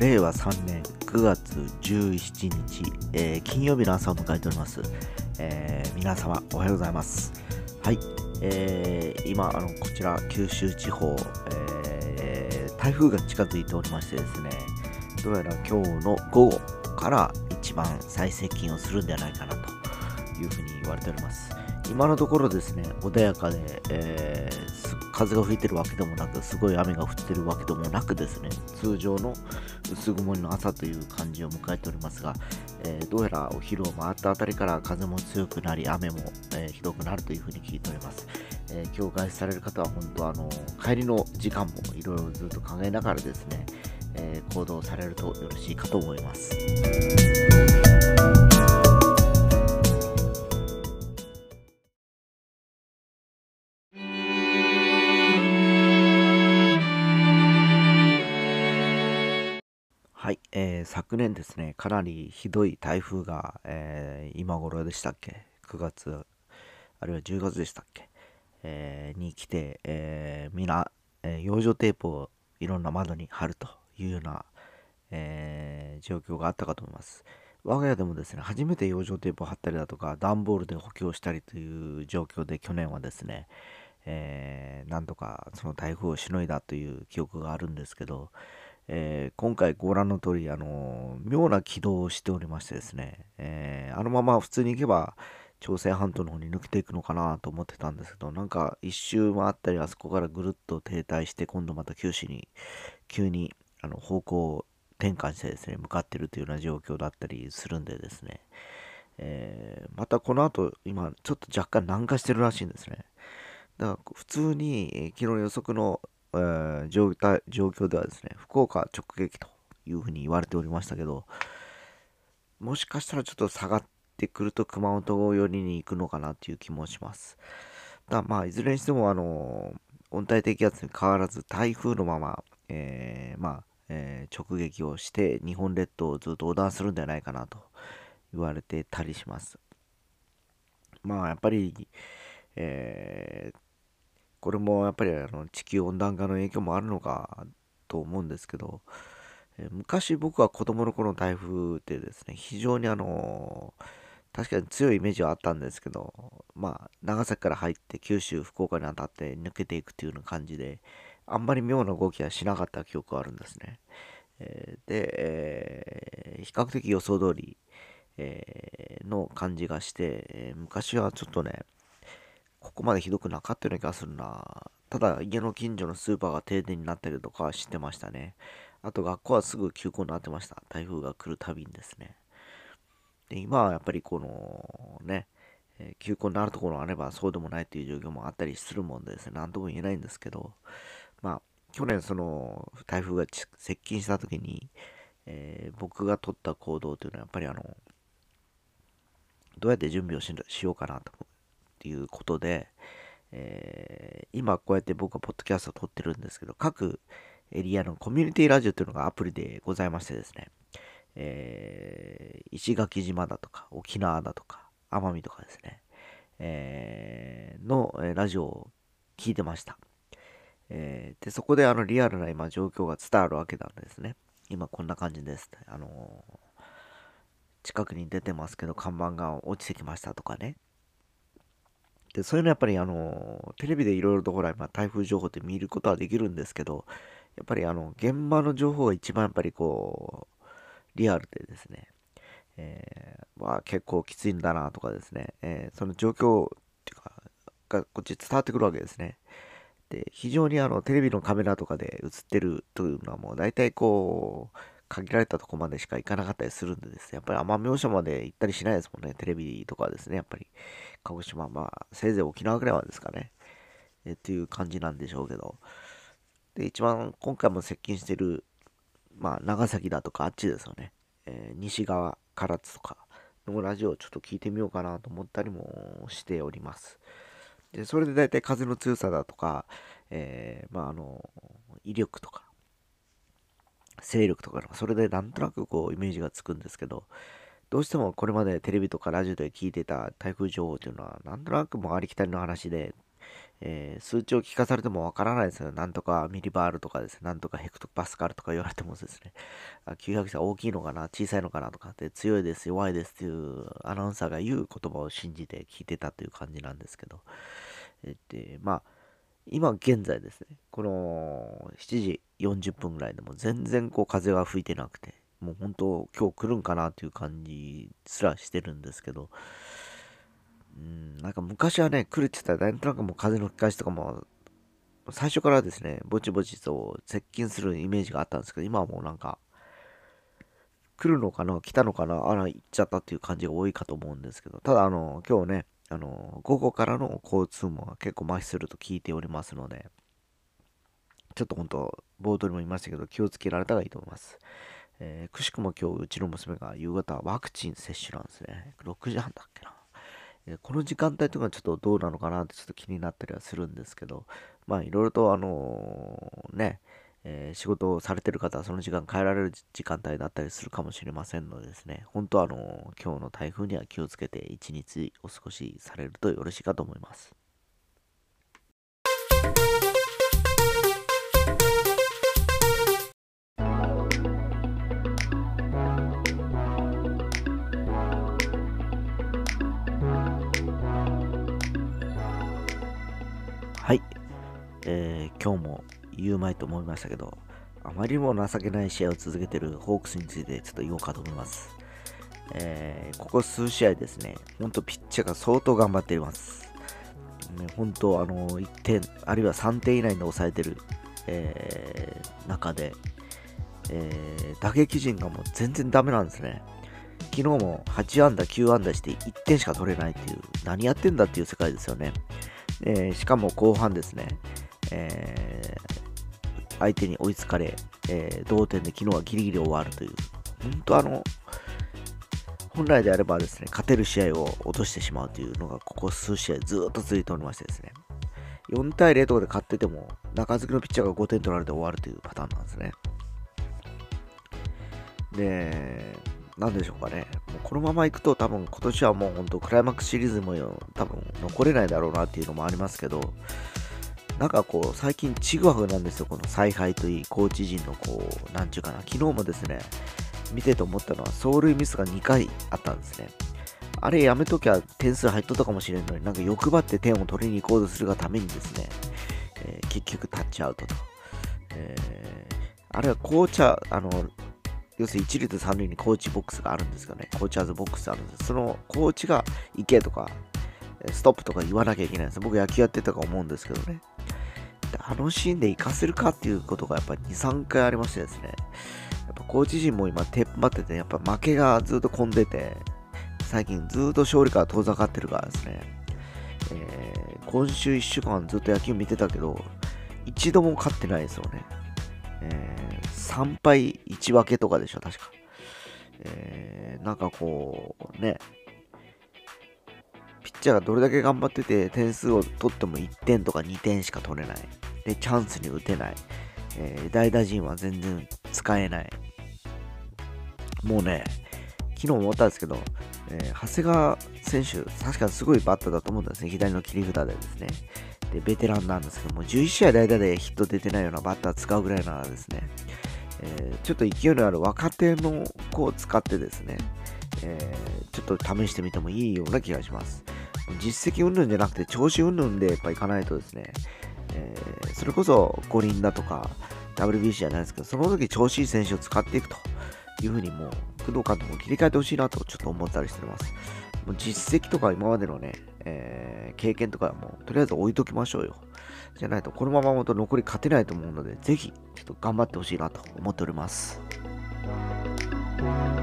令和3年9月17日、金曜日の朝を迎えております。皆様おはようございます。はい、今こちら九州地方、台風が近づいておりましてですね、どうやら今日の午後から一番最接近をするんではないかなというふうに言われております。今のところですね、穏やかで、風が吹いてるわけでもなく、すごい雨が降ってるわけでもなくですね、通常の薄曇りの朝という感じを迎えておりますが、どうやらお昼を回ったあたりから風も強くなり、雨も、ひどくなるというふうに聞いております。今日外出される方は本当帰りの時間もいろいろずっと考えながらですね、行動されるとよろしいかと思います。はい、昨年ですね、かなりひどい台風が、今頃でしたっけ、9月、あるいは10月でしたっけ、に来て、養生テープをいろんな窓に貼るというような、状況があったかと思います。我が家でもですね、初めて養生テープを貼ったりだとか、段ボールで補強したりという状況で去年はですね、なんとかその台風をしのいだという記憶があるんですけど、今回ご覧の通り、妙な軌道をしておりましてですね、あのまま普通に行けば朝鮮半島の方に抜けていくのかなと思ってたんですけど、なんか一周回ったり、あそこからぐるっと停滞して、今度また九州に急に方向転換してですね、向かっているというような状況だったりするんでですね、またこの後、今ちょっと若干南下してるらしいんですね。だから普通に、昨日の予測の、状況ではですね、福岡直撃というふうに言われておりましたけど、もしかしたらちょっと下がってくると熊本寄りに行くのかなという気もします。いずれにしても温帯低気圧に変わらず台風のまま、直撃をして日本列島をずっと横断するんではないかなと言われてたりします。やっぱり、えーこれもやっぱり地球温暖化の影響もあるのかと思うんですけど、昔僕は子供の頃の台風ってですね、非常に確かに強いイメージはあったんですけど、長崎から入って九州、福岡に当たって抜けていくというような感じで、あんまり妙な動きはしなかった記憶があるんですね。比較的予想通り、の感じがして、昔はちょっとね、ここまでひどくなかったような気がするな。ただ、家の近所のスーパーが停電になったりとかは知ってましたね。あと、学校はすぐ休校になってました。台風が来るたびにですね。で、今はやっぱりこのね、休校になるところもあればそうでもないという状況もあったりするもんでですね、なんとも言えないんですけど、去年その台風が接近した時に、僕が取った行動というのはやっぱりどうやって準備をしようかなということで、今こうやって僕はポッドキャストを撮ってるんですけど、各エリアのコミュニティラジオというのがアプリでございましてですね、石垣島だとか沖縄だとか奄美とかですね、ラジオを聞いてました。で、そこでリアルな今状況が伝わるわけなんですね。今こんな感じです。近くに出てますけど看板が落ちてきましたとかね。で、そういうのやっぱりテレビでいろいろとほら、今台風情報って見ることはできるんですけど、やっぱり現場の情報が一番やっぱりこう、リアルでですね、結構きついんだなとかですね、その状況っていうか、がこっち伝わってくるわけですね。で、非常にテレビのカメラとかで映ってるというのはもう大体こう、限られたとこまでしか行かなかったりするんでですね、やっぱり奄美大島まで行ったりしないですもんね、テレビとかはですね、やっぱり。鹿児島、せいぜい沖縄ぐらいはですかね、っていう感じなんでしょうけど。で、一番今回も接近してる、長崎だとかあっちですよね。西側、唐津とかのラジオをちょっと聞いてみようかなと思ったりもしております。で、それで大体風の強さだとか、威力とか、勢力とか、それでなんとなくこうイメージがつくんですけど、どうしてもこれまでテレビとかラジオで聞いてた台風情報というのは、なんとなくもうありきたりの話で、 数値を聞かされてもわからないですよ。なんとかミリバールとかですね、なんとかヘクトパスカルとか言われてもですね、900社大きいのかな、小さいのかなとかで、強いです、弱いですっていうアナウンサーが言う言葉を信じて聞いてたという感じなんですけど、まあ、今現在ですね、この7時40分ぐらいでも全然こう風が吹いてなくて、もう本当今日来るんかなという感じすらしてるんですけど、なんか昔はね、来るって言ったら、なんとなくもう風の吹き返しとかも、最初からですね、ぼちぼちと接近するイメージがあったんですけど、今はもうなんか、来るのかな、来たのかな、あら、行っちゃったっていう感じが多いかと思うんですけど、ただ今日ね、午後からの交通網が結構麻痺すると聞いておりますので、ちょっと本当、冒頭にも言いましたけど、気をつけられた方がいいと思います。くしくも今日、うちの娘が夕方ワクチン接種なんですね。6時半だっけな。この時間帯というのはちょっとどうなのかなってちょっと気になったりはするんですけど、まあいろいろと仕事をされてる方はその時間変えられる時間帯だったりするかもしれませんのでですね、本当は今日の台風には気をつけて一日お過ごしされるとよろしいかと思います。はい、今日も言うまいと思いましたけど、あまりにも情けない試合を続けているホークスについてちょっと言おうかと思います。ここ数試合ですね、ほんとピッチャーが相当頑張っています。本当1点、あるいは3点以内に抑えてる、中で、打撃陣がもう全然ダメなんですね。昨日も8安打、9安打して1点しか取れないっていう、何やってんだっていう世界ですよね。しかも後半ですね、相手に追いつかれ、同点で昨日はギリギリ終わるという、本当本来であればですね、勝てる試合を落としてしまうというのが、ここ数試合ずっと続いておりましてですね、4対0とかで勝ってても、中継ぎのピッチャーが5点取られて終わるというパターンなんですね。で、なんでしょうかね、もうこのままいくと多分今年はもう本当クライマックスシリーズも多分残れないだろうなっていうのもありますけど、なんかこう、最近ちぐわふなんですよ、この采配といい、コーチ陣のこう、なんちゅうかな、昨日もですね、見てて思ったのは、走塁ミスが2回あったんですね。あれやめときゃ点数入っとったかもしれんのに、なんか欲張って点を取りに行こうとするがためにですね、結局タッチアウトと。あれはコーチャー、要するに一塁と三塁にコーチボックスがあるんですよね。コーチャーズボックスあるんです。そのコーチが行けとか、ストップとか言わなきゃいけないんです。僕野球やってたか思うんですけどね。あのシーンで活かせるかっていうことがやっぱり2、3回ありましてですね。やっぱコーチ陣も今、テンパってて、やっぱ負けがずっと込んでて、最近ずっと勝利から遠ざかってるからですね。今週1週間ずっと野球見てたけど、一度も勝ってないですよね。3敗1分けとかでしょ、確か。なんかこう、ね、ピッチャーがどれだけ頑張ってて、点数を取っても1点とか2点しか取れない。で、チャンスに打てない。代打陣は全然使えない。もうね、昨日思ったんですけど、長谷川選手、確かにすごいバッターだと思うんですね。左の切り札でですね。で、ベテランなんですけども、11試合代打でヒット出てないようなバッター使うぐらいならですね、ちょっと勢いのある若手の子を使ってですね、ちょっと試してみてもいいような気がします。実績云々じゃなくて調子云々でやっぱいかないとですね、それこそ五輪だとか WBC じゃないですけど、その時調子いい選手を使っていくというふうにもう工藤監督も切り替えてほしいなとちょっと思ったりしてます。もう実績とか今までのね、経験とかはもうとりあえず置いときましょうよ。じゃないとこのまま本当残り勝てないと思うので、ぜひちょっと頑張ってほしいなと思っております。